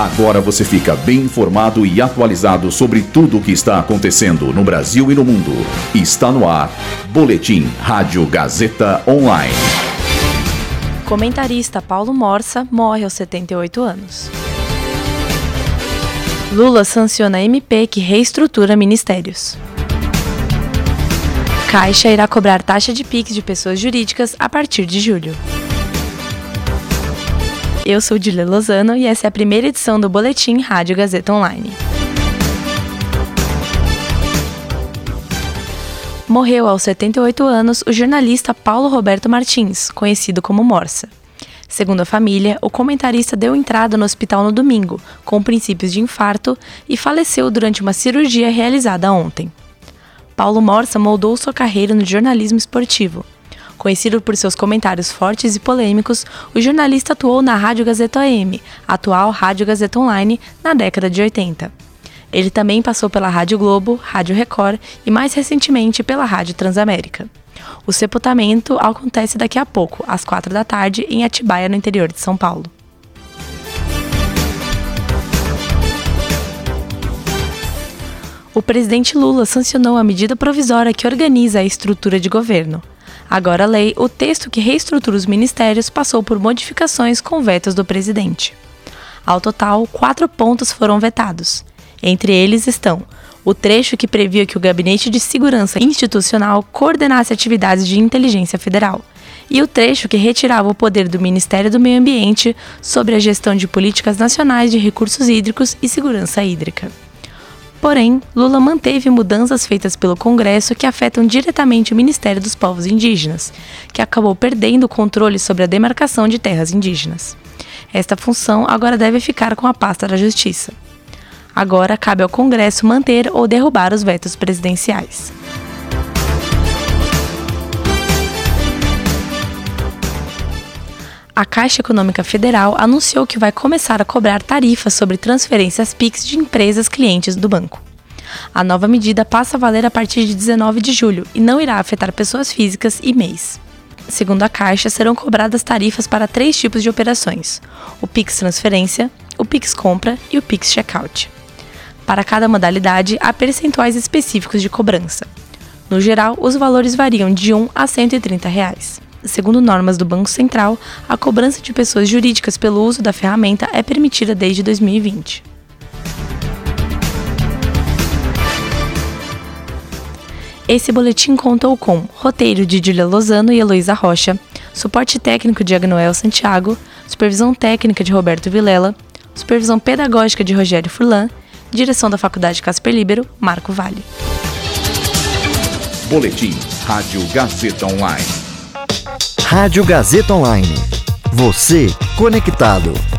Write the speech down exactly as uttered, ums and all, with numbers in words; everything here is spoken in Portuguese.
Agora você fica bem informado e atualizado sobre tudo o que está acontecendo no Brasil e no mundo. Está no ar, Boletim Rádio Gazeta Online. Comentarista Paulo Morsa morre aos setenta e oito anos. Lula sanciona M P que reestrutura ministérios. Caixa irá cobrar taxa de Pix de pessoas jurídicas a partir de julho. Eu sou Dília Lozano e essa é a primeira edição do Boletim Rádio Gazeta Online. Morreu aos setenta e oito anos o jornalista Paulo Roberto Martins, conhecido como Morsa. Segundo a família, o comentarista deu entrada no hospital no domingo, com princípios de infarto, e faleceu durante uma cirurgia realizada ontem. Paulo Morsa moldou sua carreira no jornalismo esportivo. Conhecido por seus comentários fortes e polêmicos, o jornalista atuou na Rádio Gazeta A M, atual Rádio Gazeta Online, na década de oitenta. Ele também passou pela Rádio Globo, Rádio Record e, mais recentemente, pela Rádio Transamérica. O sepultamento acontece daqui a pouco, às quatro da tarde, em Atibaia, no interior de São Paulo. O presidente Lula sancionou a medida provisória que organiza a estrutura de governo. Agora a lei, o texto que reestrutura os ministérios passou por modificações com vetos do presidente. Ao total, quatro pontos foram vetados. Entre eles estão o trecho que previa que o Gabinete de Segurança Institucional coordenasse atividades de inteligência federal e o trecho que retirava o poder do Ministério do Meio Ambiente sobre a gestão de políticas nacionais de recursos hídricos e segurança hídrica. Porém, Lula manteve mudanças feitas pelo Congresso que afetam diretamente o Ministério dos Povos Indígenas, que acabou perdendo o controle sobre a demarcação de terras indígenas. Esta função agora deve ficar com a pasta da Justiça. Agora cabe ao Congresso manter ou derrubar os vetos presidenciais. A Caixa Econômica Federal anunciou que vai começar a cobrar tarifas sobre transferências Pix de empresas clientes do banco. A nova medida passa a valer a partir de dezenove de julho e não irá afetar pessoas físicas e M E Is. Segundo a Caixa, serão cobradas tarifas para três tipos de operações: o Pix Transferência, o Pix Compra e o Pix Checkout. Para cada modalidade, há percentuais específicos de cobrança. No geral, os valores variam de um a cento e trinta reais. Segundo normas do Banco Central, a cobrança de pessoas jurídicas pelo uso da ferramenta é permitida desde dois mil e vinte. Esse boletim contou com roteiro de Dília Lozano e Heloísa Rocha, suporte técnico de Agnoel Santiago, supervisão técnica de Roberto Vilela, supervisão pedagógica de Rogério Furlan, direção da Faculdade Casper Libero, Marco Vale. Boletim Rádio Gazeta Online. Rádio Gazeta Online. Você conectado.